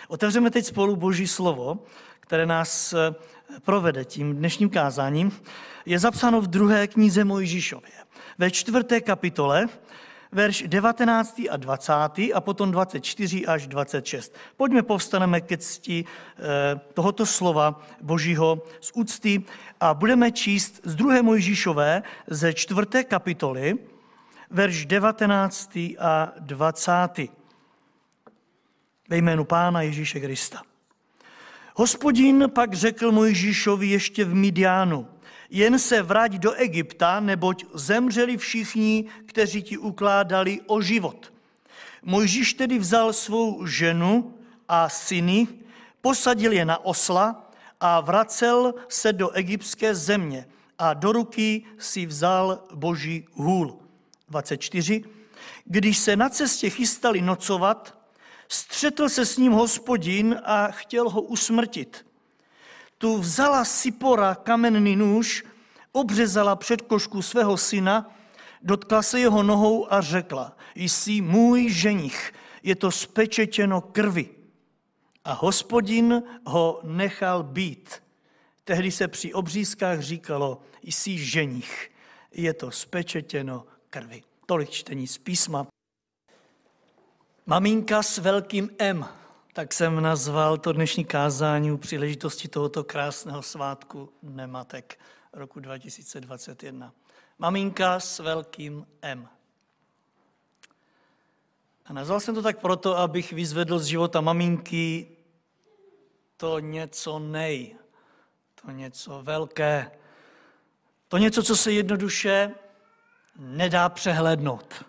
Otevřeme teď spolu Boží slovo, které nás provede tím dnešním kázáním. Je zapsáno v 2. knize Mojžíšově, ve 4. kapitole, verš 19. a 20. a potom 24 až 26. Pojďme, povstaneme ke cti tohoto slova Božího z úcty a budeme číst z 2. Mojžíšové ze 4. kapitoly, verš 19. a 20. Ve jménu Pána Ježíše Krista. Hospodin pak řekl Mojžíšovi ještě v Midianu: jen se vrať do Egypta, neboť zemřeli všichni, kteří ti ukládali o život. Mojžíš tedy vzal svou ženu a syny, posadil je na osla a vracel se do egyptské země a do ruky si vzal Boží hůl. 24. Když se na cestě chystali nocovat, střetl se s ním Hospodin a chtěl ho usmrtit. Tu vzala Sipora kamenný nůž, obřezala předkošku svého syna, dotkla se jeho nohou a řekla: jsi můj ženich, je to spečetěno krvi. A Hospodin ho nechal být. Tehdy se při obřízkách říkalo: jsi ženich, je to spečetěno krvi. Tolik čtení z písma. Maminka s velkým M, tak jsem nazval to dnešní kázání u příležitosti tohoto krásného svátku Dne matek roku 2021. Maminka s velkým M. A nazval jsem to tak proto, abych vyzvedl z života maminky to něco to něco velké, to něco, co se jednoduše nedá přehlédnout.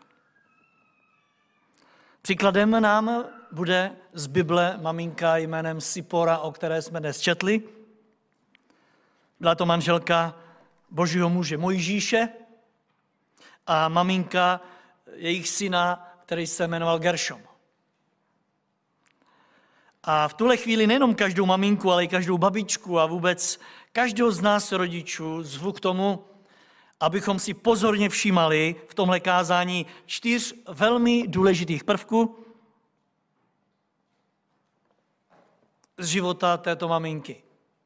Příkladem nám bude z Bible maminka jménem Sipora, o které jsme dnes četli. Byla to manželka Božího muže Mojžíše a maminka jejich syna, který se jmenoval Geršom. A v tuhle chvíli nejenom každou maminku, ale i každou babičku a vůbec každého z nás rodičů zvu k tomu, abychom si pozorně všímali v tomhle kázání 4 velmi důležitých prvků z života této maminky.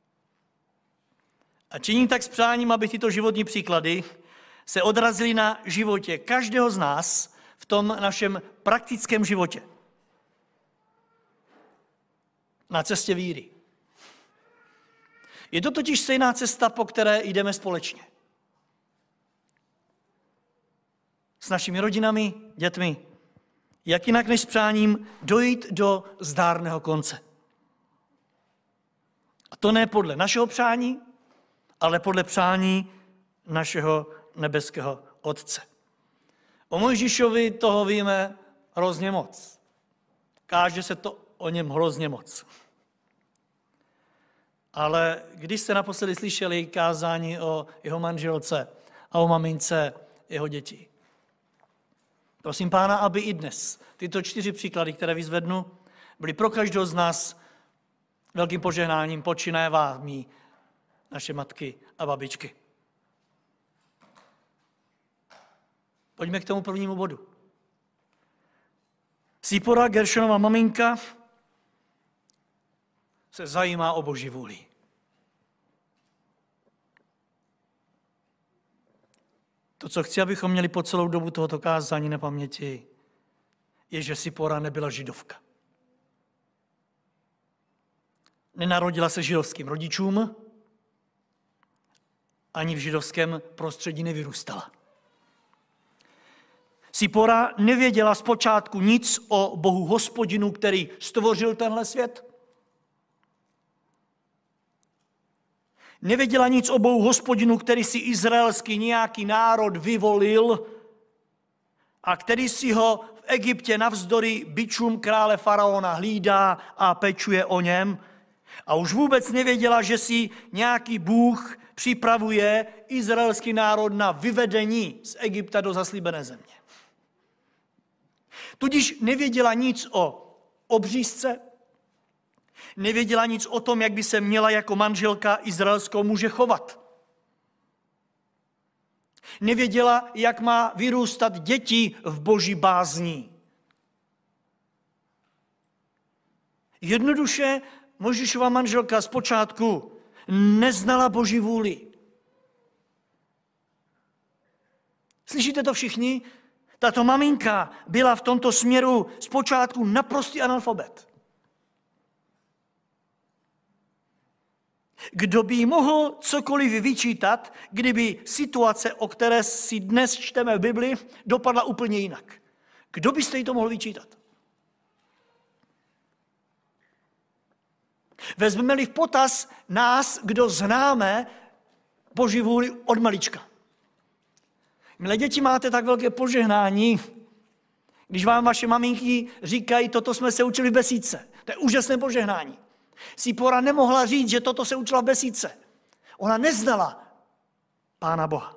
A činím tak s přáním, aby tyto životní příklady se odrazily na životě každého z nás v tom našem praktickém životě. Na cestě víry. Je to totiž stejná cesta, po které jdeme společně. S našimi rodinami, dětmi. Jak jinak než s přáním dojít do zdárného konce. A to ne podle našeho přání, ale podle přání našeho nebeského Otce. O Mojžíšovi toho víme hrozně moc. Káže se to o něm hrozně moc. Ale když jste naposledy slyšeli kázání o jeho manželce a o mamince jeho dětí? Prosím Pána, aby i dnes tyto 4 příklady, které vyzvednu, byly pro každého z nás velkým požehnáním, počínaje vámi, naše matky a babičky. Pojďme k tomu prvnímu bodu. Sipora, Geršonova maminka, se zajímá o Boží vůli. To, co chci, abychom měli po celou dobu tohoto kázání na paměti, je, že Sipora nebyla židovka. Nenarodila se židovským rodičům, ani v židovském prostředí nevyrůstala. Sipora nevěděla zpočátku nic o Bohu Hospodinu, který stvořil tenhle svět. Nevěděla nic o Bohu Hospodinu, který si izraelský nějaký národ vyvolil a který si ho v Egyptě navzdory bičům krále faraona hlídá a pečuje o něm. A už vůbec nevěděla, že si nějaký Bůh připravuje izraelský národ na vyvedení z Egypta do zaslíbené země. Tudíž nevěděla nic o obřízce, nevěděla nic o tom, jak by se měla jako manželka izraelského muže chovat. Nevěděla, jak má vyrůstat děti v Boží bázni. Jednoduše Mojžíšova manželka zpočátku neznala Boží vůli. Slyšíte to všichni? Tato maminka byla v tomto směru zpočátku naprostý analfabet. Kdo by jí mohl cokoliv vyčítat, kdyby situace, o které si dnes čteme v Bibli, dopadla úplně jinak? Kdo byste jí to mohl vyčítat? Vezmeme-li v potaz nás, kdo známe Boží vůli od malička. Milé děti, máte tak velké požehnání, když vám vaše maminky říkají, toto jsme se učili v besídce. To je úžasné požehnání. Sipora nemohla říct, že toto se učila v besídce. Ona neznala Pána Boha.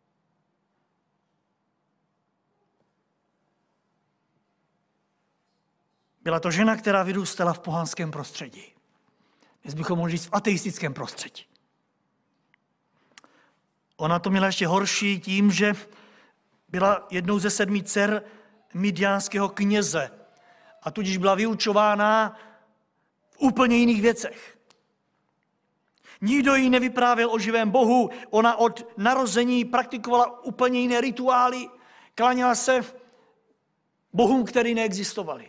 Byla to žena, která vyrůstala v pohanském prostředí. Dnes bychom mohli říct v ateistickém prostředí. Ona to měla ještě horší tím, že byla jednou ze 7 dcer midiánského kněze a tudíž byla vyučována v úplně jiných věcech. Nikdo jí nevyprávěl o živém Bohu, ona od narození praktikovala úplně jiné rituály, klaněla se bohům, který neexistovali.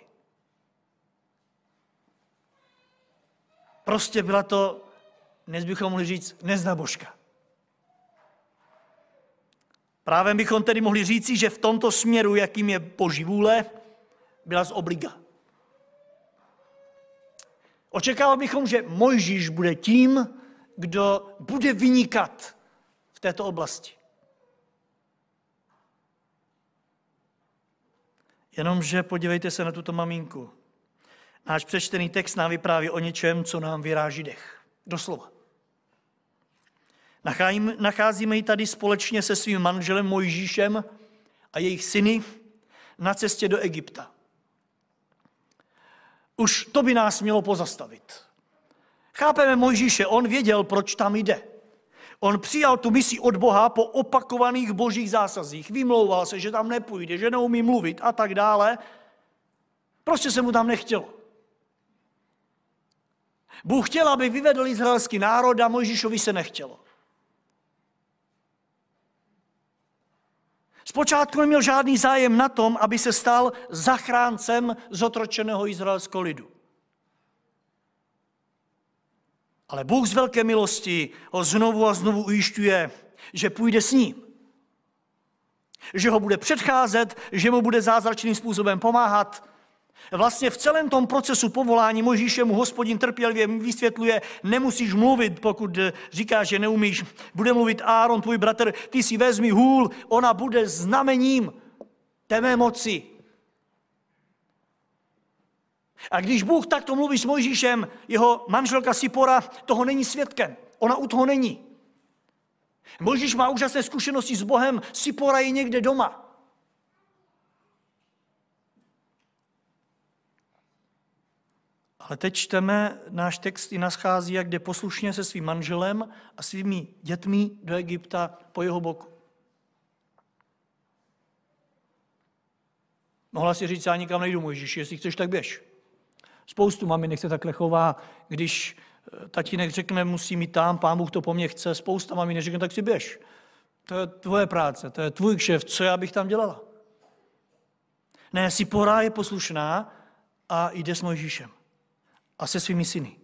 Prostě byla to, dnes bychom mohli říct, neznabožka. Právě bychom tedy mohli říci, že v tomto směru, jakým je Boží vůle, byla z obliga. Očekával bychom, že Mojžíš bude tím, kdo bude vynikat v této oblasti. Jenomže podívejte se na tuto maminku. Náš přečtený text nám vypráví o něčem, co nám vyráží dech. Doslova. Nacházíme ji tady společně se svým manželem Mojžíšem a jejich syny na cestě do Egypta. Už to by nás mělo pozastavit. Chápeme Mojžíše, on věděl, proč tam jde. On přijal tu misi od Boha po opakovaných božích zásazích. Vymlouval se, že tam nepůjde, že neumí mluvit a tak dále. Prostě se mu tam nechtělo. Bůh chtěl, aby vyvedl izraelský národ a Mojžíšovi se nechtělo. Zpočátku neměl žádný zájem na tom, aby se stal zachráncem zotročeného izraelského lidu. Ale Bůh z velké milosti ho znovu a znovu ujišťuje, že půjde s ním. Že ho bude předcházet, že mu bude zázračným způsobem pomáhat. Vlastně v celém tom procesu povolání Mojžíše mu Hospodin trpělivě vysvětluje, nemusíš mluvit, pokud říkáš, že neumíš. Bude mluvit Áron, tvůj bratr, ty si vezmi hůl, ona bude znamením té mé moci. A když Bůh takto mluví s Mojžíšem, jeho manželka Sipora toho není svědkem. Ona u toho není. Mojžíš má úžasné zkušenosti s Bohem, Sipora je někde doma. Ale teď čteme, náš text i nachází, jak jde poslušně se svým manželem a svými dětmi do Egypta po jeho boku. Mohla si říct, já nikam nejdu, Mojžíši, jestli chceš, tak běž. Spoustu maminek se takhle chová, když tatínek řekne, musím jít tam, Pán Bůh to po mně chce, spousta maminek řekne, tak si běž. To je tvoje práce, to je tvůj kšeft, co já bych tam dělala? Ne, Sipora je poslušná a jde s Mojžíšem a se svými syny.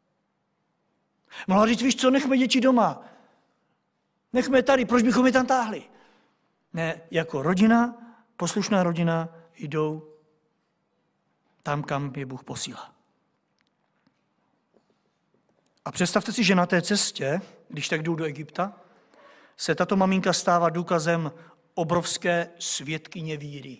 Mohla říct, víš co, nechme děti doma. Nechme je tady, proč bychom je tam táhli? Ne, jako rodina, poslušná rodina, jdou tam, kam je Bůh posílá. A představte si, že na té cestě, když tak jdou do Egypta, se tato maminka stává důkazem obrovské svědkyně víry.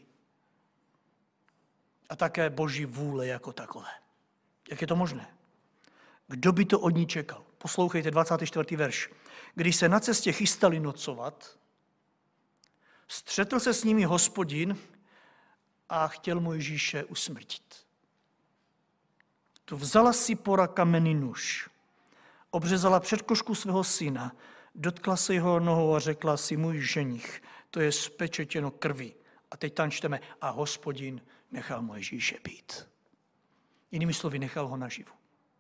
A také Boží vůle jako takové. Jak je to možné? Kdo by to od ní čekal? Poslouchejte 24. verš. Když se na cestě chystali nocovat, střetl se s nimi Hospodin a chtěl Mojžíše usmrtit. Tu vzala Sipora kamenný nůž, obřezala předkošku svého syna, dotkla se jeho nohou a řekla si, můj ženich, to je spečetěno krví. A teď tam čteme, a Hospodin nechal Mojžíše být. Jinými slovy, nechal ho naživu.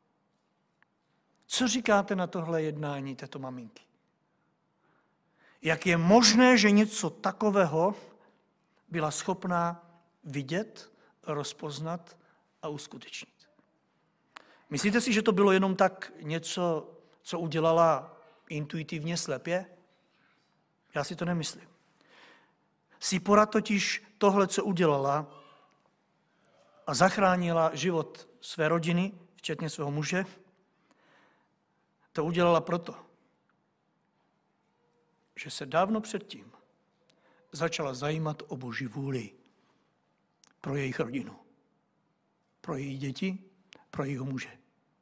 Co říkáte na tohle jednání této maminky? Jak je možné, že něco takového byla schopná vidět, rozpoznat a uskutečnit? Myslíte si, že to bylo jenom tak něco, co udělala intuitivně slepě? Já si to nemyslím. Sipora totiž tohle, co udělala a zachránila život své rodiny, včetně svého muže, to udělala proto, že se dávno předtím začala zajímat o Boží vůli pro jejich rodinu, pro její děti, pro jejího muže.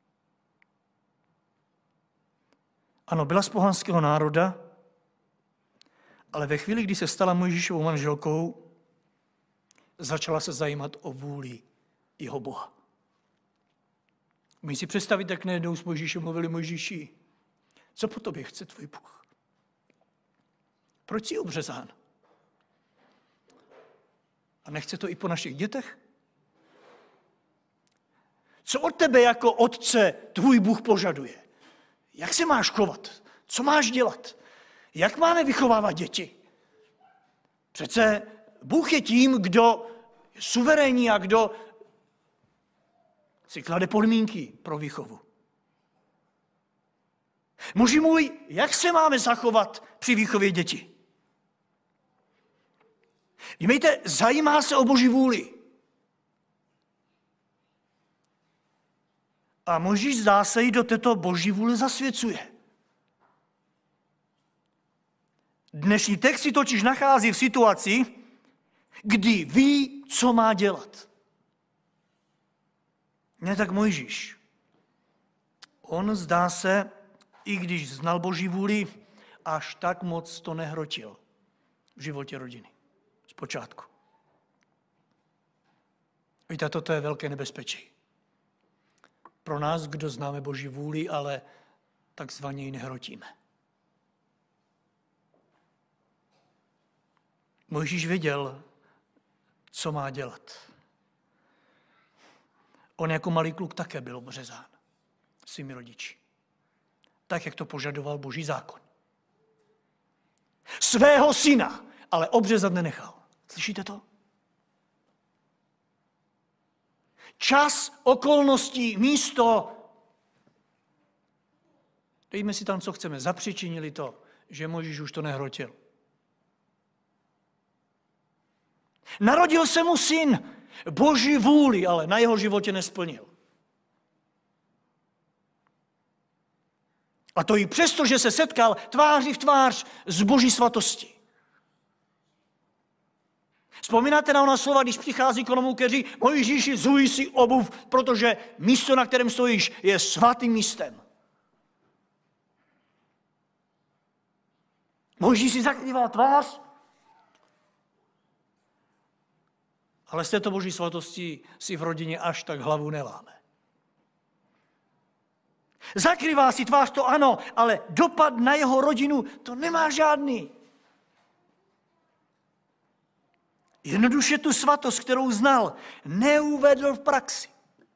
Ano, byla z pohanského národa, ale ve chvíli, kdy se stala Mojžíšovou manželkou, začala se zajímat o vůli jeho Boha. Můžeš si představit, jak najednou s Mojžíšem mluvili: Mojžíši, co po tobě chce tvůj Bůh? Proč jsi obřezán? A nechce to i po našich dětech? Co od tebe jako otce tvůj Bůh požaduje? Jak se máš chovat? Co máš dělat? Jak máme vychovávat děti? Přece Bůh je tím, kdo je suverénní a kdo si klade podmínky pro výchovu. Muži můj, jak se máme zachovat při výchově dětí? Vímejte, zajímá se o Boží vůli. A Mojžíš, zdá se, jí do této Boží vůle zasvěcuje. Dnešní text si totiž nachází v situaci, kdy ví, co má dělat. Ne tak Mojžíš. On, zdá se, i když znal Boží vůli, až tak moc to nehrotil v životě rodiny. Zpočátku. Víte, toto je velké nebezpečí. Pro nás, kdo známe Boží vůli, ale takzvaně ji nehrotíme. Mojžíš věděl, co má dělat. On jako malý kluk také byl obřezán svými rodiči. Tak, jak to požadoval Boží zákon. Svého syna, ale obřezat nenechal. Slyšíte to? Čas, okolností, místo. Dejme si tam, co chceme. Zapřičinili to, že Mojžíš už to nehrotil. Narodil se mu syn, Boží vůli, ale na jeho životě nesplnil. A to i přesto, že se setkal tváří v tvář s Boží svatostí. Vzpomínáte na ona slova, když přichází k onomu keři: Mojžíši, zuj si obuv, protože místo, na kterém stojíš, je svatým místem. Mojžíš si zakrývá tvář, ale z této Boží svatosti si v rodině až tak hlavu neláme. Zakrývá si tvář, to ano, ale dopad na jeho rodinu to nemá žádný. Jednoduše tu svatost, kterou znal, neuvedl v praxi.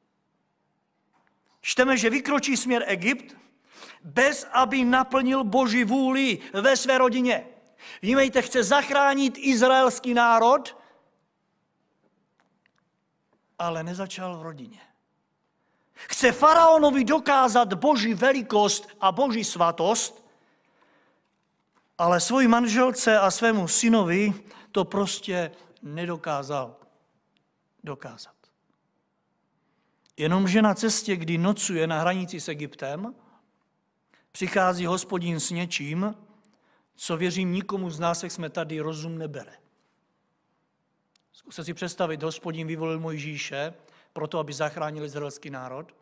Čteme, že vykročí směr Egypt, bez aby naplnil Boží vůli ve své rodině. Vímejte, chce zachránit izraelský národ, ale nezačal v rodině. Chce faraonovi dokázat Boží velikost a Boží svatost, ale svojí manželce a svému synovi to prostě nedokázal dokázat. Jenomže na cestě, kdy nocuje na hranici s Egyptem, přichází Hospodin s něčím, co věřím nikomu z nás, jak jsme tady, rozum nebere. Zkuste si představit, Hospodin vyvolil Mojžíše proto, aby zachránil izraelský národ.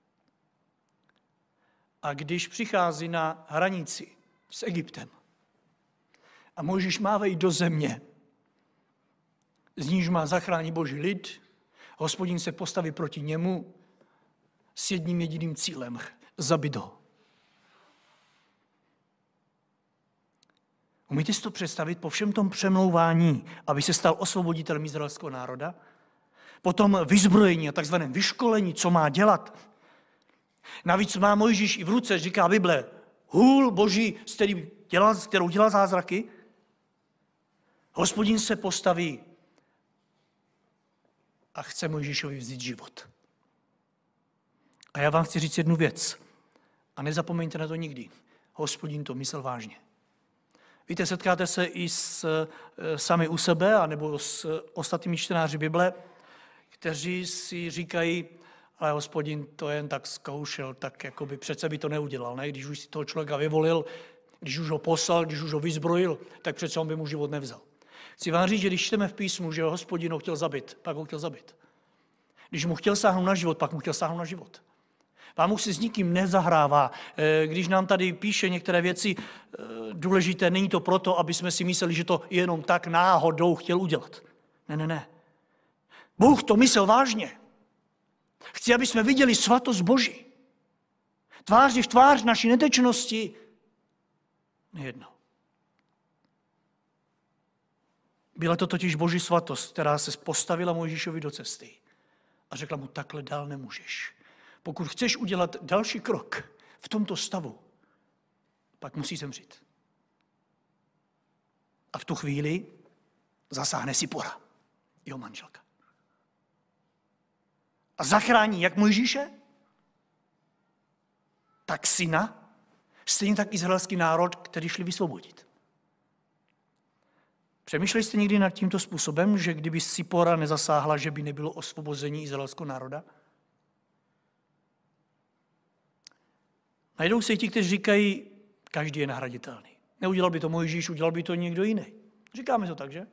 A když přichází na hranici s Egyptem a Mojžíš má vejít do země, z níž má zachránit Boží lid, Hospodin se postaví proti němu s jedním jediným cílem: zabít ho. Umíte si to představit po všem tom přemlouvání, aby se stal osvoboditelem izraelského národa? po tom vyzbrojení a takzvaném vyškolení, co má dělat. Navíc má Mojžíš i v ruce, říká Bible, hůl Boží, s kterou dělá zázraky. Hospodin se postaví a chce Mojžíšovi vzít život. A já vám chci říct jednu věc. A nezapomeňte na to nikdy. Hospodin to myslel vážně. Víte, setkáte se i sami u sebe, anebo s ostatními čtenáři Bible, kteří si říkají, ale Hospodin to jen tak zkoušel, tak jako by přece by to neudělal. Ne? Když už si toho člověka vyvolil, když už ho poslal, když už ho vyzbrojil, tak přece on by mu život nevzal. Chci vám říct, že když čteme v písmu, že Hospodin ho chtěl zabít, pak ho chtěl zabít. Když mu chtěl sáhnout na život, pak mu chtěl sáhnout na život. Pán Bůh si s nikým nezahrává. Když nám tady píše některé věci důležité, není to proto, aby jsme si mysleli, že to jenom tak náhodou chtěl udělat. Ne. Bůh to myslel vážně. Chci, aby jsme viděli svatost Boží. Tváři v tvář naší netečnosti. Nejedno. Byla to totiž Boží svatost, která se postavila Mojžíšovi do cesty a řekla mu, takhle dál nemůžeš. Pokud chceš udělat další krok v tomto stavu, pak musí zemřít. A v tu chvíli zasáhne Sipora, jeho manželka. A zachrání jak Mojžíše, tak syna, stejně tak izraelský národ, který šli vysvobodit. Přemýšleli jste někdy nad tímto způsobem, že kdyby Sipora nezasáhla, že by nebylo osvobození izraelského národa? Najdou se i ti, kteří říkají, každý je nahraditelný. Neudělal by to Mojžíš, udělal by to někdo jiný. Říkáme to tak, že?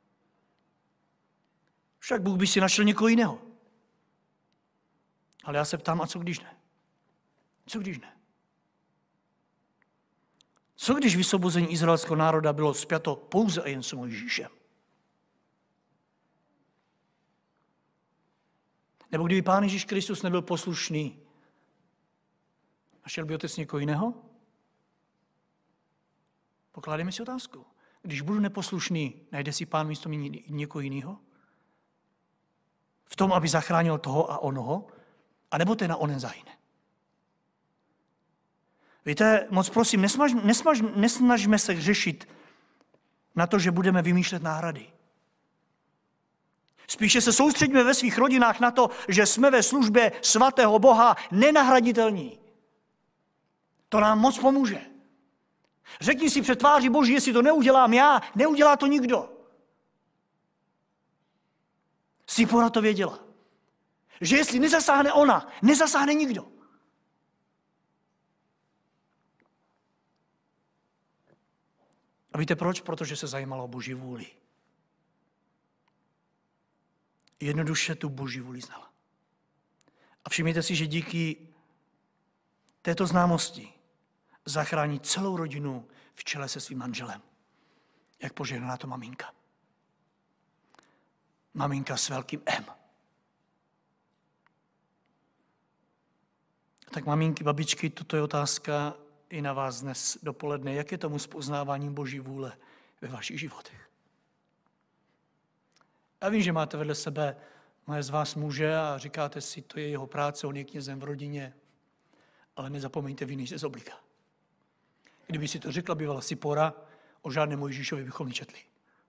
Však Bůh by si našel někoho jiného. Ale já se ptám, a co když ne? Co když ne? Co když vysvobození izraelského národa bylo spjato pouze a jen s Mojžíšem? Nebo kdyby Pán Ježíš Kristus nebyl poslušný, našel by otec někoho jiného? Pokládejme si otázku. Když budu neposlušný, najde si Pán místo mě někoho jiného? V tom, aby zachránil toho a onoho? A nebo ten a onen zahyne? Víte, moc prosím, nesnažme se řešit na to, že budeme vymýšlet náhrady. Spíše se soustředíme ve svých rodinách na to, že jsme ve službě svatého Boha nenahraditelní. To nám moc pomůže. Řekni si před tváří Boží, jestli to neudělám já, neudělá to nikdo. Sipora to věděla. Že jestli nezasáhne ona, nezasáhne nikdo. A víte proč? Protože se zajímalo o Boží vůli. Jednoduše tu Boží vůli znala. A všimněte si, že díky této známosti zachrání celou rodinu v čele se svým manželem. Jak požehnaná to maminka. Maminka s velkým M. Tak maminky, babičky, toto je otázka i na vás dnes dopoledne. Jak je tomu s poznáváním Boží vůle ve vašich životech? Já vím, že máte vedle sebe moje z vás muže a říkáte si, to je jeho práce, on je knězem v rodině, ale nezapomeňte, vy nejste z obliga. Kdyby si to řekla bývala Sipora, o žádném Mojžíšovi bychom nečetli.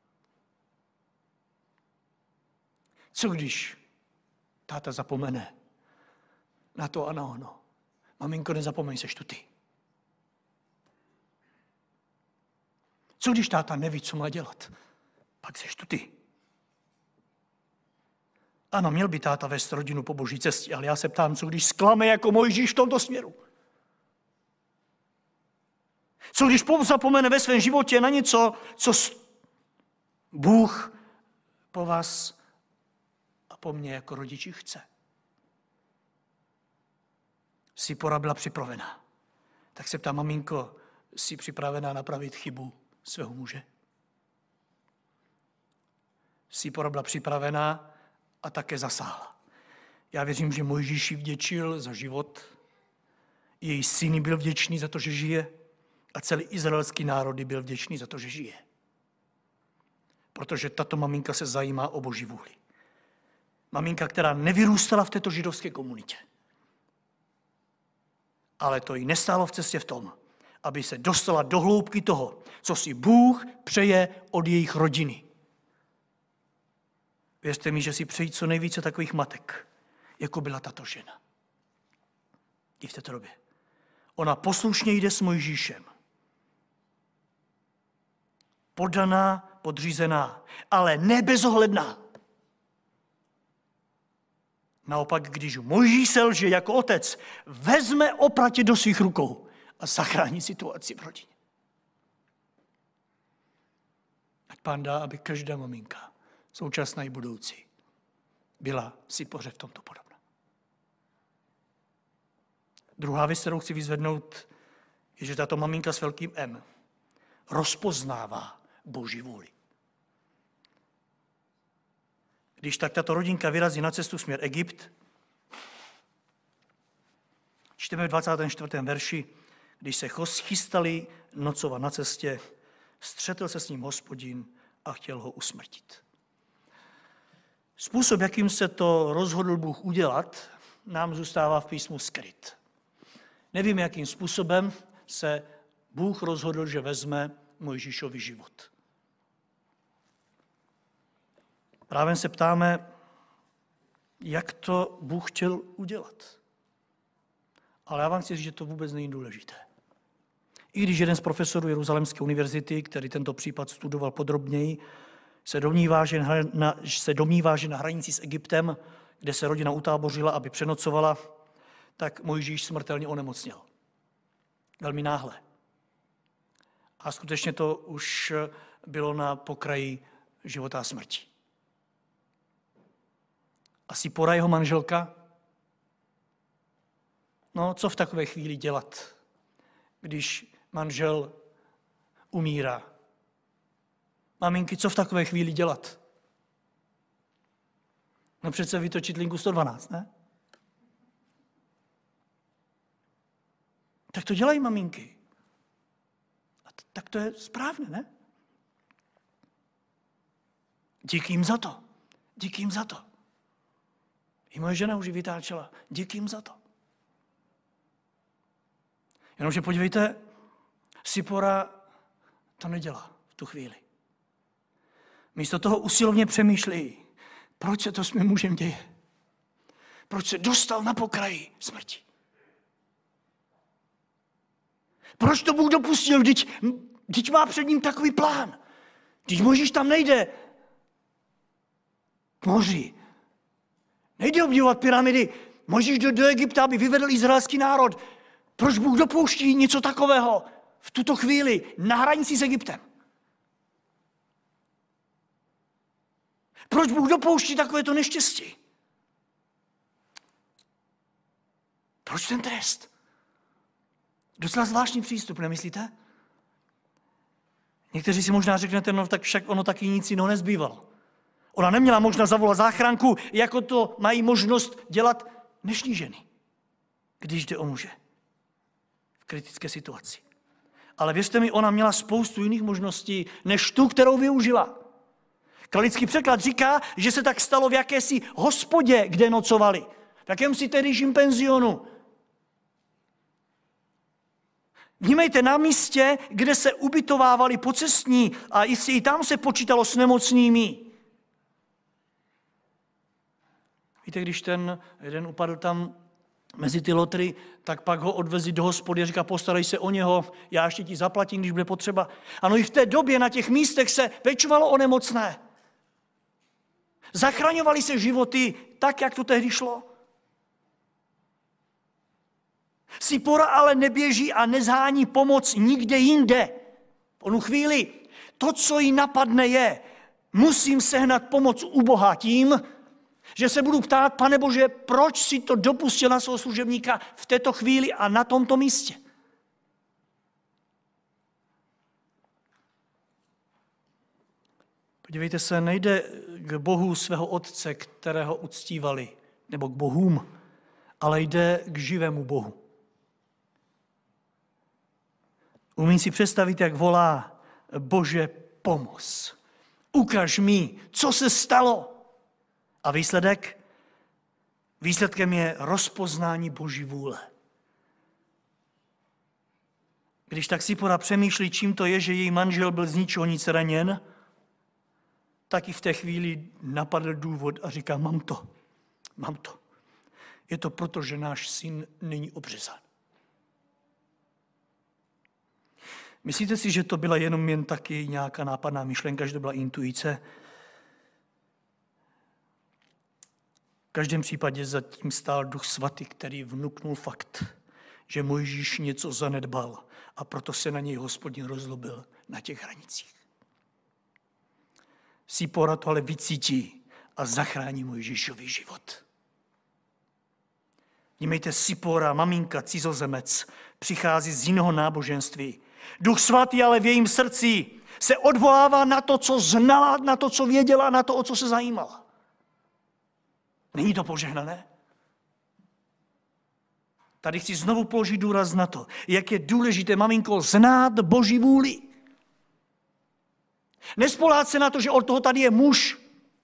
Co když táta zapomene na to a na ono? Maminko, nezapomeň, seš tu ty. Co když táta neví, co má dělat? Pak seš tu ty. Ano, měl by táta vést rodinu po Boží cestě, ale já se ptám, co když zklame jako Mojžíš v tomto směru? Co když zapomene ve svém životě na něco, co Bůh po vás a po mně jako rodiči chce? Sipora byla připravená. Tak se ptá, maminko, jsi připravená napravit chybu svého muže? Sipora byla připravená a také zasáhla. Já věřím, že Mojžíš jí vděčil za život, její syn byl vděčný za to, že žije a celý izraelský národ byl vděčný za to, že žije. Protože tato maminka se zajímá o Boží vůli. Maminka, která nevyrůstala v této židovské komunitě. Ale to jí nestálo v cestě v tom, aby se dostala do hloubky toho, co si Bůh přeje od jejich rodiny. Věřte mi, že si přejí co nejvíce takových matek, jako byla tato žena. I v této době. Ona poslušně jde s Mojžíšem. Poddaná, podřízená, ale ne bezohledná. Naopak, když Mojžíš selže jako otec, vezme opratě do svých rukou a zachrání situaci v rodině. Ať Pán dá, aby každá maminka, současná i budoucí, byla Sipoře v tomto podobná. Druhá věc, kterou chci vyzvednout, je, že tato maminka s velkým M rozpoznává Boží vůli. Když tak tato rodinka vyrazí na cestu směr Egypt, čteme v 24. verši, když se chystali nocovat na cestě, střetl se s ním Hospodin a chtěl ho usmrtit. Způsob, jakým se to rozhodl Bůh udělat, nám zůstává v písmu skryt. Nevím, jakým způsobem se Bůh rozhodl, že vezme Mojžíšovi život. Právě se ptáme, jak to Bůh chtěl udělat. Ale já vám chci říct, že to vůbec není důležité. I když jeden z profesorů Jeruzalémské univerzity, který tento případ studoval podrobněji, se domnívá, že na hranici s Egyptem, kde se rodina utábořila, aby přenocovala, tak Mojžíš smrtelně onemocněl. Velmi náhle. A skutečně to už bylo na pokraji života a smrti. A Sipora, jeho manželka, no co v takové chvíli dělat, když manžel umírá? Maminky, co v takové chvíli dělat? No přece vytočit linku 112, ne? Tak to dělají maminky. A tak to je správně, ne? Díky jim za to. Díky jim za to. I moje žena už ji vytáčela. Díky jim za to. Jenomže podívejte, Sipora to nedělá v tu chvíli. Místo toho usilovně přemýšlí, proč se to s mým mužem děje. Proč se dostal na pokraji smrti. Proč to Bůh dopustil, když má před ním takový plán. Když Mojžíš tam nejde k moři. Nejde obdivovat pyramidy. Mojžíš jde do Egypta, aby vyvedl izraelský národ. Proč Bůh dopouští něco takového v tuto chvíli na hranici s Egyptem? Proč Bůh dopouští takovéto neštěstí? Proč ten trest? Docela zvláštní přístup, nemyslíte? Někteří si možná řeknete, no tak však ono taky nic jiného nezbývalo. Ona neměla možnost zavolat záchranku, jako to mají možnost dělat dnešní ženy, když jde o muže v kritické situaci. Ale věřte mi, ona měla spoustu jiných možností, než tu, kterou využila. Kralický překlad říká, že se tak stalo v jakési hospodě, kde nocovali. V jakémsi tehdejším penzionu. Vnímejte, na místě, kde se ubytovávali pocestní a i tam se počítalo s nemocnými. Víte, když ten jeden upadl tam mezi ty lotry, tak pak ho odvezli do hospody a říká, postarej se o něho, já ještě ti zaplatím, když bude potřeba. Ano, i v té době na těch místech se pečovalo o nemocné. Zachraňovaly se životy tak, jak to tehdy šlo. Sipora ale neběží a nezhání pomoc nikde jinde. V onu chvíli to, co jí napadne, je, musím sehnat pomoc u Boha tím, že se budu ptát, Pane Bože, proč si to dopustil na svého služebníka v této chvíli a na tomto místě. Podívejte se, nejde k Bohu svého otce, kterého uctívali, nebo k bohům, ale jde k živému Bohu. Umím si představit, jak volá, Bože, pomoz. Ukaž mi, co se stalo. A výsledek? Výsledkem je rozpoznání Boží vůle. Když tak Sipora přemýšlí, čím to je, že její manžel byl z ničeho nic raněn, tak i v té chvíli napadl důvod a říká, mám to. Je to proto, že náš syn není obřezán. Myslíte si, že to byla jen taky nějaká nápadná myšlenka, že to byla intuice? V každém případě zatím stál Duch Svatý, který vnuknul fakt, že Mojžíš něco zanedbal a proto se na něj Hospodin rozlobil na těch hranicích. Sipora to ale vycítí a zachrání Mojžíšový život. Vnímejte, Sipora, maminka, cizozemec, přichází z jiného náboženství. Duch Svatý ale v jejím srdci se odvolává na to, co znala, na to, co věděla, na to, o co se zajímala. Není to požehnané? Tady chci znovu položit důraz na to, jak je důležité, maminko, znát Boží vůli. Nespoléhat se na to, že od toho tady je muž.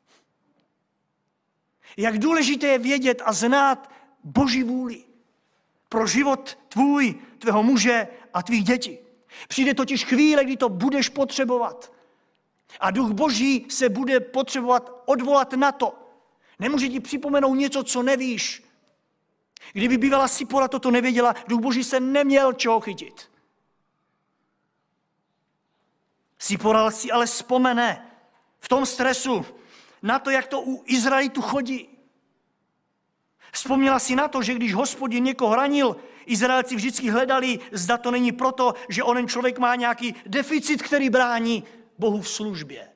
Jak důležité je vědět a znát Boží vůli pro život tvůj, tvého muže a tvých dětí. Přijde totiž chvíle, kdy to budeš potřebovat. A Duch Boží se bude potřebovat odvolat na to. Nemůže ti připomenout něco, co nevíš. Kdyby bývala Sipora toto nevěděla, Duch Boží se neměl čeho chytit. Sipora si ale vzpomene v tom stresu na to, jak to u Izraelitů chodí. Vzpomněla si na to, že když Hospodin někoho ranil, Izraelci vždycky hledali, zda to není proto, že onen člověk má nějaký deficit, který brání Bohu v službě.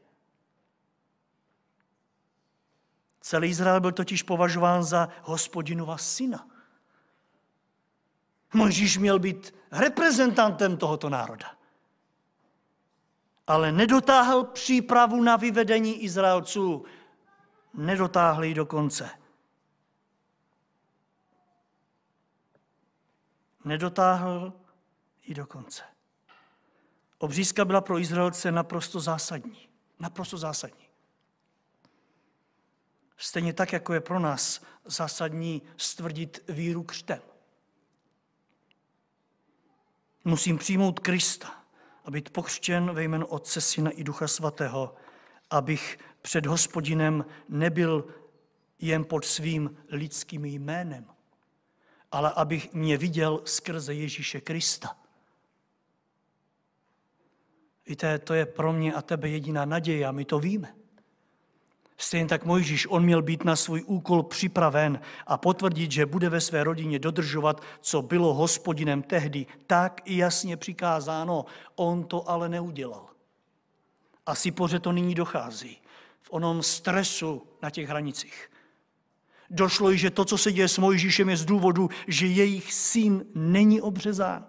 Celý Izrael byl totiž považován za Hospodinova syna. Mojžíš měl být reprezentantem tohoto národa. Ale nedotáhl přípravu na vyvedení Izraelců. Nedotáhl ji do konce. Nedotáhl ji do konce. Obřízka byla pro Izraelce naprosto zásadní. Naprosto zásadní. Stejně tak, jako je pro nás zásadní stvrdit víru křtem. Musím přijmout Krista a být pokřtěn ve jménu Otce, Syna i Ducha Svatého, abych před Hospodinem nebyl jen pod svým lidským jménem, ale abych mě viděl skrze Ježíše Krista. Víte, to je pro mě a tebe jediná naděje a my to víme. Stejně tak Mojžíš, on měl být na svůj úkol připraven a potvrdit, že bude ve své rodině dodržovat, co bylo Hospodinem tehdy tak jasně přikázáno. On to ale neudělal. A Sipoře to nyní dochází v onom stresu na těch hranicích. Došlo jí, že to, co se děje s Mojžíšem, je z důvodu, že jejich syn není obřezán.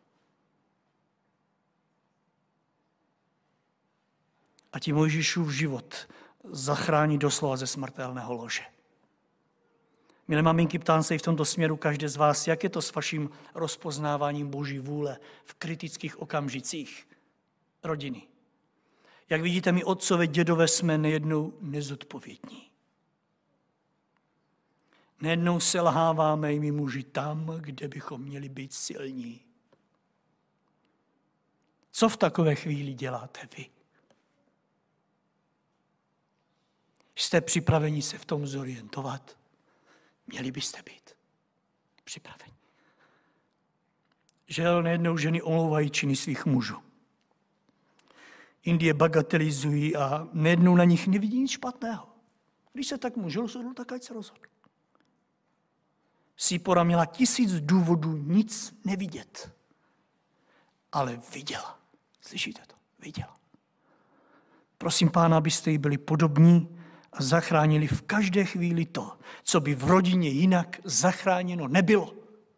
A tím Mojžíšův život zachrání doslova ze smrtelného lože. Milé maminky, ptám se i v tomto směru každé z vás, jak je to s vaším rozpoznáváním Boží vůle v kritických okamžicích rodiny. Jak vidíte, my otcové, dědové jsme nejednou nezodpovědní. Nejednou selháváme i my muži tam, kde bychom měli být silní. Co v takové chvíli děláte vy? Jste připraveni se v tom zorientovat? Měli byste být připraveni. Žel nejednou ženy omlouvají činy svých mužů. Indie bagatelizují a nejednou na nich nevidí nic špatného. Když se tak muž rozhodl, tak ať se rozhodl. Sipora měla 1000 důvodů nic nevidět. Ale viděla. Slyšíte to? Viděla. Prosím Pána, abyste jí byli podobní a zachránili v každé chvíli to, co by v rodině jinak zachráněno nebylo.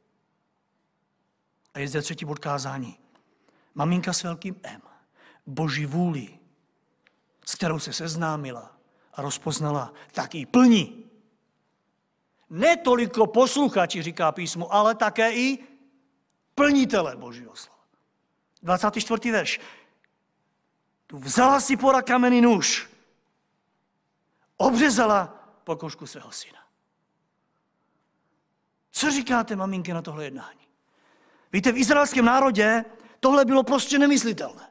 A je zde 3. bod kázání. Maminka s velkým M. Boží vůli, s kterou se seznámila a rozpoznala, tak ji plní. Ne toliko posluchači, říká písmo, ale také i plnitele Božího slova. 24. verš. Tu vzala Sipora kamenný nůž, obřezala pokožku svého syna. Co říkáte, maminky, na tohle jednání? Víte, v izraelském národě tohle bylo prostě nemyslitelné.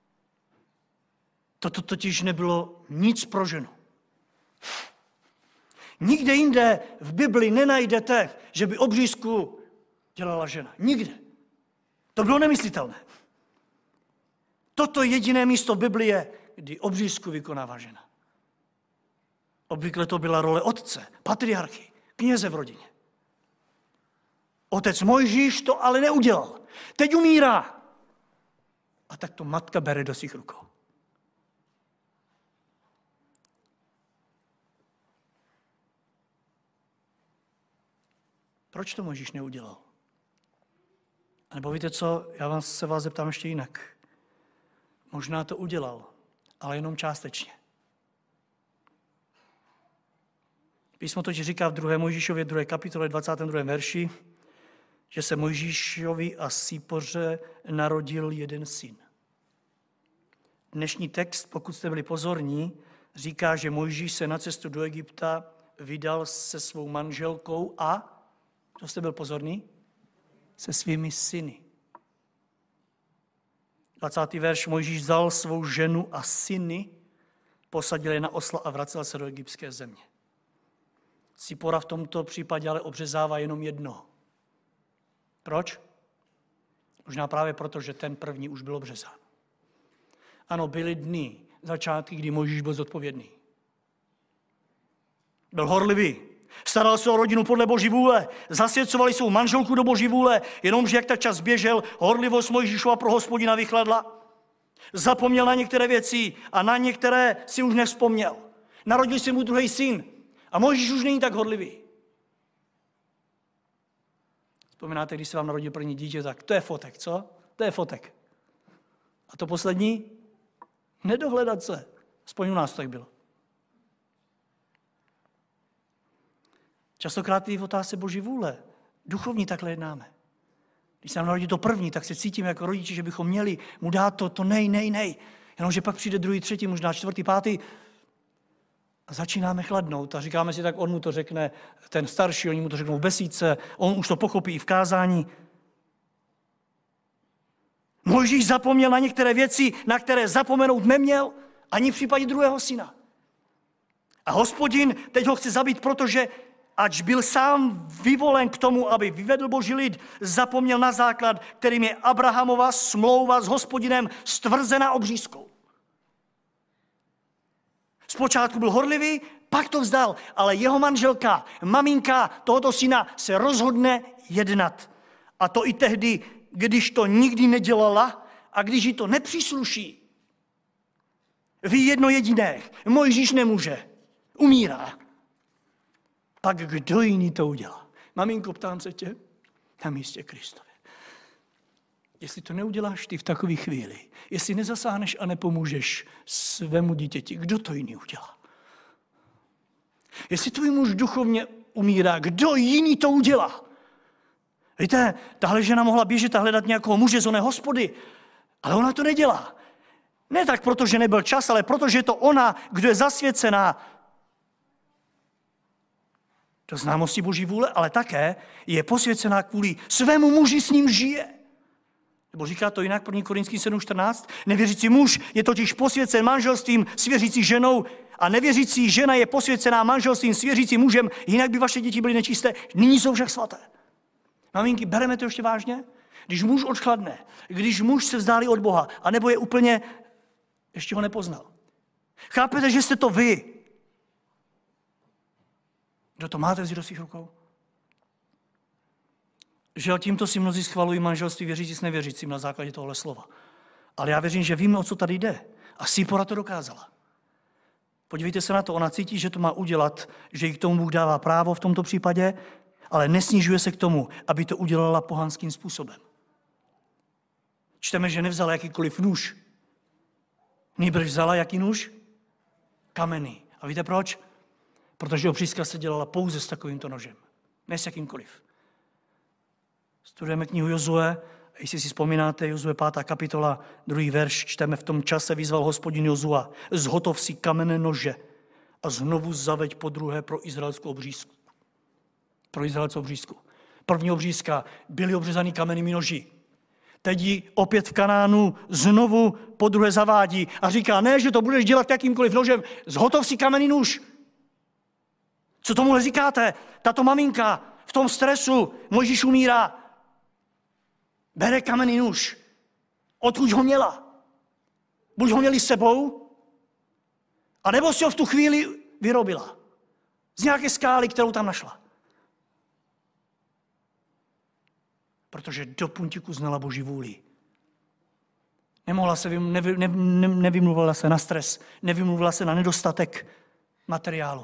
Toto totiž nebylo nic pro ženu. Nikde jinde v Bibli nenajdete, že by obřízku dělala žena. Nikde. To bylo nemyslitelné. Toto jediné místo v Bibli je, kdy obřízku vykonává žena. Obvykle to byla role otce, patriarchy, kněze v rodině. Otec Mojžíš to ale neudělal. Teď umírá. A tak to matka bere do svých rukou. Proč to Mojžíš neudělal? A nebo víte co, já se vás zeptám ještě jinak. Možná to udělal, ale jenom částečně. Písmo totiž říká v 2. Mojžíšově 2. kapitole 22. verši, že se Mojžíšovi a Sípoře narodil jeden syn. Dnešní text, pokud jste byli pozorní, říká, že Mojžíš se na cestu do Egypta vydal se svou manželkou a, kdo jste byl pozorný? Se svými syny. 20. verš, Mojžíš vzal svou ženu a syny, posadil je na osla a vracel se do egyptské země. Sipora v tomto případě ale obřezává jenom jednoho. Proč? Možná právě proto, že ten první už byl obřezán. Ano, byly dny, začátky, kdy Mojžíš byl zodpovědný. Byl horlivý, staral se o rodinu podle Boží vůle, zasvěcovali svou manželku do Boží vůle, jenomže jak tak čas běžel, horlivost Mojžíšova pro Hospodina vychladla. Zapomněl na některé věci a na některé si už nevzpomněl. Narodil se mu druhý syn a Mojžíš už není tak horlivý. Vzpomínáte, když se vám narodil první dítě, tak to je fotek, co? To je fotek. A to poslední? Nedohledat se. Aspoň u nás to tak bylo. Častokrát i v otázce Boží vůle. Duchovní takhle jednáme. Když se nám narodí to první, tak se cítíme jako rodiči, že bychom měli mu dát to nej. Jenomže pak přijde druhý, třetí, možná čtvrtý, pátý a začínáme chladnout a říkáme si, tak on mu to řekne, ten starší, oni mu to řeknou v besídce, on už to pochopí i v kázání. Mojžíš zapomněl na některé věci, na které zapomenout neměl, ani v případě druhého syna. A Hospodin teď ho chce zabít, protože ač byl sám vyvolen k tomu, aby vyvedl Boží lid, zapomněl na základ, kterým je Abrahamova smlouva s Hospodinem stvrzená obřízkou. Zpočátku byl horlivý, pak to vzdal, ale jeho manželka, maminka tohoto syna se rozhodne jednat. A to i tehdy, když to nikdy nedělala a když jí to nepřísluší. Ví jedno jediné, Mojžíš nemůže, umírá. Pak kdo jiný to udělá? Maminko, ptám se tě, na místě Kristově. Jestli to neuděláš ty v takové chvíli, jestli nezasáhneš a nepomůžeš svému dítěti, kdo to jiný udělá? Jestli tvůj muž duchovně umírá, kdo jiný to udělá? Víte, tahle žena mohla běžet a hledat nějakého muže z oné hospody, ale ona to nedělá. Ne tak proto, že nebyl čas, ale protože je to ona, kdo je zasvěcená do známosti Boží vůle, ale také je posvěcená kvůli svému muži, s ním žije. Nebo říká to jinak, 1. Korinským 7:14, nevěřící muž je totiž posvěcen manželstvím s věřící ženou a nevěřící žena je posvěcená manželstvím s věřícím mužem, jinak by vaše děti byly nečisté, nyní jsou však svaté. Maminky, bereme to ještě vážně? Když muž odchladne, když muž se vzdálí od Boha, anebo je úplně, ještě ho nepoznal. Chápete, že jste to vy? Kdo to máte vzít do svých rukou? Že tímto si mnozí schvalují manželství věřící s nevěřícím na základě tohle slova. Ale já věřím, že víme, o co tady jde. A Sipora to dokázala. Podívejte se na to, ona cítí, že to má udělat, že jí k tomu Bůh dává právo v tomto případě, ale nesnižuje se k tomu, aby to udělala pohanským způsobem. Čteme, že nevzala jakýkoliv nůž. Nýbrž vzala jaký nůž? Kamenný. A víte proč? Protože obřízka se dělala pouze s takovýmto nožem. Ne s jakýmkoliv. Studujeme knihu Jozue, a jestli si vzpomínáte, Jozue 5. kapitola, 2. verš, čteme, v tom čase vyzval Hospodin Jozua, zhotov si kamenné nože a znovu zaveď podruhé pro izraelskou obřízku. První obřízka byly obřezaný kamennými noži. Teď ji opět v Kanánu znovu podruhé zavádí a říká, ne, že to budeš dělat jakýmkoliv nožem, zhotov si kamenný nůž. Co tomuhle říkáte? Tato maminka v tom stresu, Mojžíš umírá, bere kamenný nůž. Odkud ho měla? Buď ho měli s sebou, anebo si ho v tu chvíli vyrobila. Z nějaké skály, kterou tam našla. Protože do puntíku znala Boží vůli. Nevymluvila se na stres, nevymluvila se na nedostatek materiálu.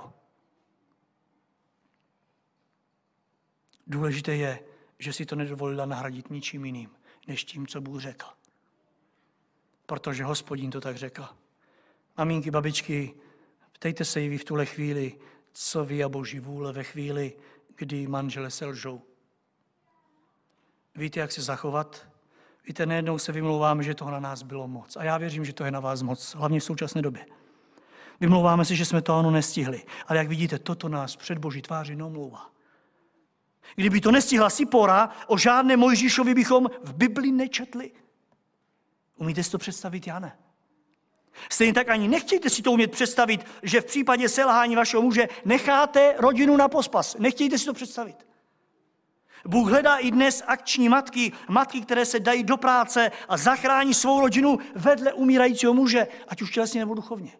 Důležité je, že si to nedovolila nahradit ničím jiným, než tím, co Bůh řekl. Protože Hospodin to tak řekl. Maminky, babičky, ptejte se i vy v tuhle chvíli, co ví a Boží vůle ve chvíli, kdy manžele selžou. Víte, jak se zachovat? Víte, nejednou se vymlouváme, že toho na nás bylo moc. A já věřím, že to je na vás moc, hlavně v současné době. Vymlouváme si, že jsme to nestihli. Ale jak vidíte, toto nás před Boží tváří neomlouvá. Kdyby to nestihla Sipora, o žádné Mojžíšovi bychom v Bibli nečetli. Umíte si to představit? Já ne. Stejně tak ani nechtějte si to umět představit, že v případě selhání vašeho muže necháte rodinu na pospas. Nechtějte si to představit. Bůh hledá i dnes akční matky, které se dají do práce a zachrání svou rodinu vedle umírajícího muže, ať už tělesně nebo duchovně.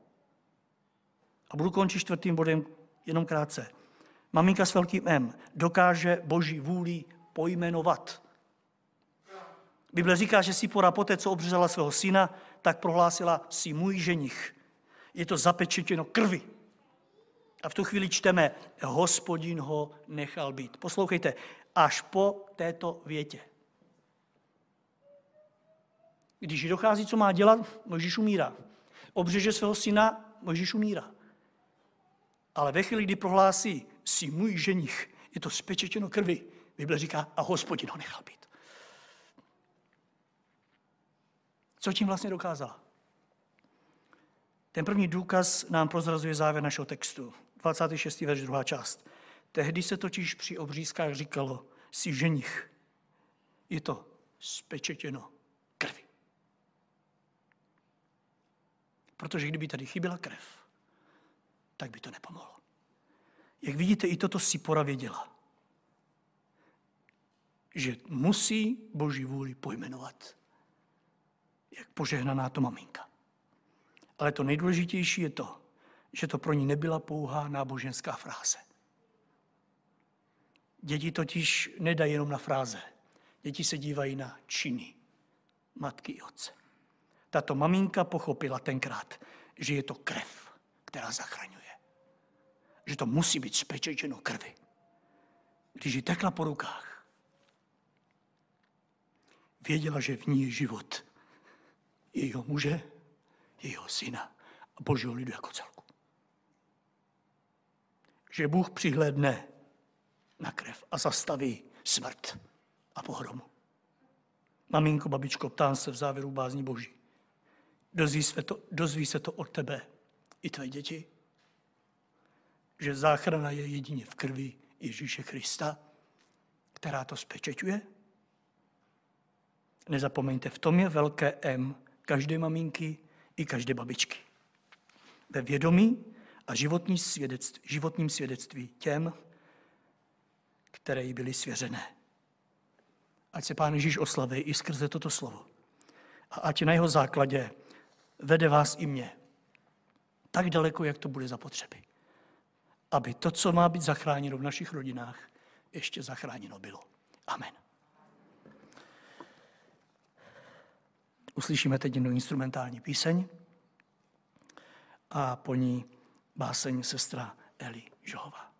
A budu končit 4. bodem jenom krátce. Maminka s velkým M dokáže Boží vůli pojmenovat. Bible říká, že Sipora poté, co obřezala svého syna, tak prohlásila, jsi můj ženich. Je to zapečetěno krvi. A v tu chvíli čteme, Hospodin ho nechal být. Poslouchejte, až po této větě. Když jí dochází, co má dělat, Mojžíš umírá. Obřeže svého syna, Mojžíš umírá. Ale ve chvíli, kdy prohlásí, jsi můj ženich, je to spečetěno krvi. Bible říká, a Hospodin ho nechal být. Co tím vlastně dokázala? Ten první důkaz nám prozrazuje závěr našeho textu. 26. verš, 2. část. Tehdy se totiž při obřízkách říkalo, jsi ženich. Je to spečetěno krvi. Protože kdyby tady chyběla krev, tak by to nepomohlo. Jak vidíte, i toto Sipora věděla. Že musí Boží vůli pojmenovat. Jak požehnaná to maminka. Ale to nejdůležitější je to, že to pro ní nebyla pouhá náboženská fráze. Děti totiž nedají jenom na fráze. Děti se dívají na činy matky i otce. Tato maminka pochopila tenkrát, že je to krev, která zachraňuje. Že to musí být spečetěno krvi. Když jí tekla po rukách, věděla, že v ní je život jejího muže, jejího syna a Božího lidu jako celku. Že Bůh přihlédne na krev a zastaví smrt a pohromu. Maminko, babičko, ptám se v závěru bázní Boží. Dozví se to od tebe i tvé děti? Že záchrana je jedině v krvi Ježíše Krista, která to spečeťuje? Nezapomeňte, v tom je velké M každé maminky i každé babičky. Ve vědomí a životním svědectví těm, které jí byly svěřené. Ať se Pán Ježíš oslaví i skrze toto slovo. A ať na jeho základě vede vás i mě tak daleko, jak to bude zapotřebí. Aby to, co má být zachráněno v našich rodinách, ještě zachráněno bylo. Amen. Uslyšíme teď jednu instrumentální píseň a po ní báseň sestra Eli Žohová.